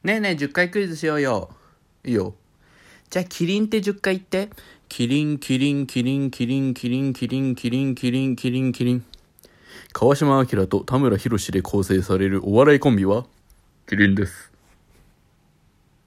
ねえねえ、10回クイズしようよ。いいよ。じゃあ、キリンって10回言って。キリン、キリン、キリン、キリン、キリン、キリン、キリン、キリン、キリン、キリン。川島明と田村博で構成されるお笑いコンビはキリンです。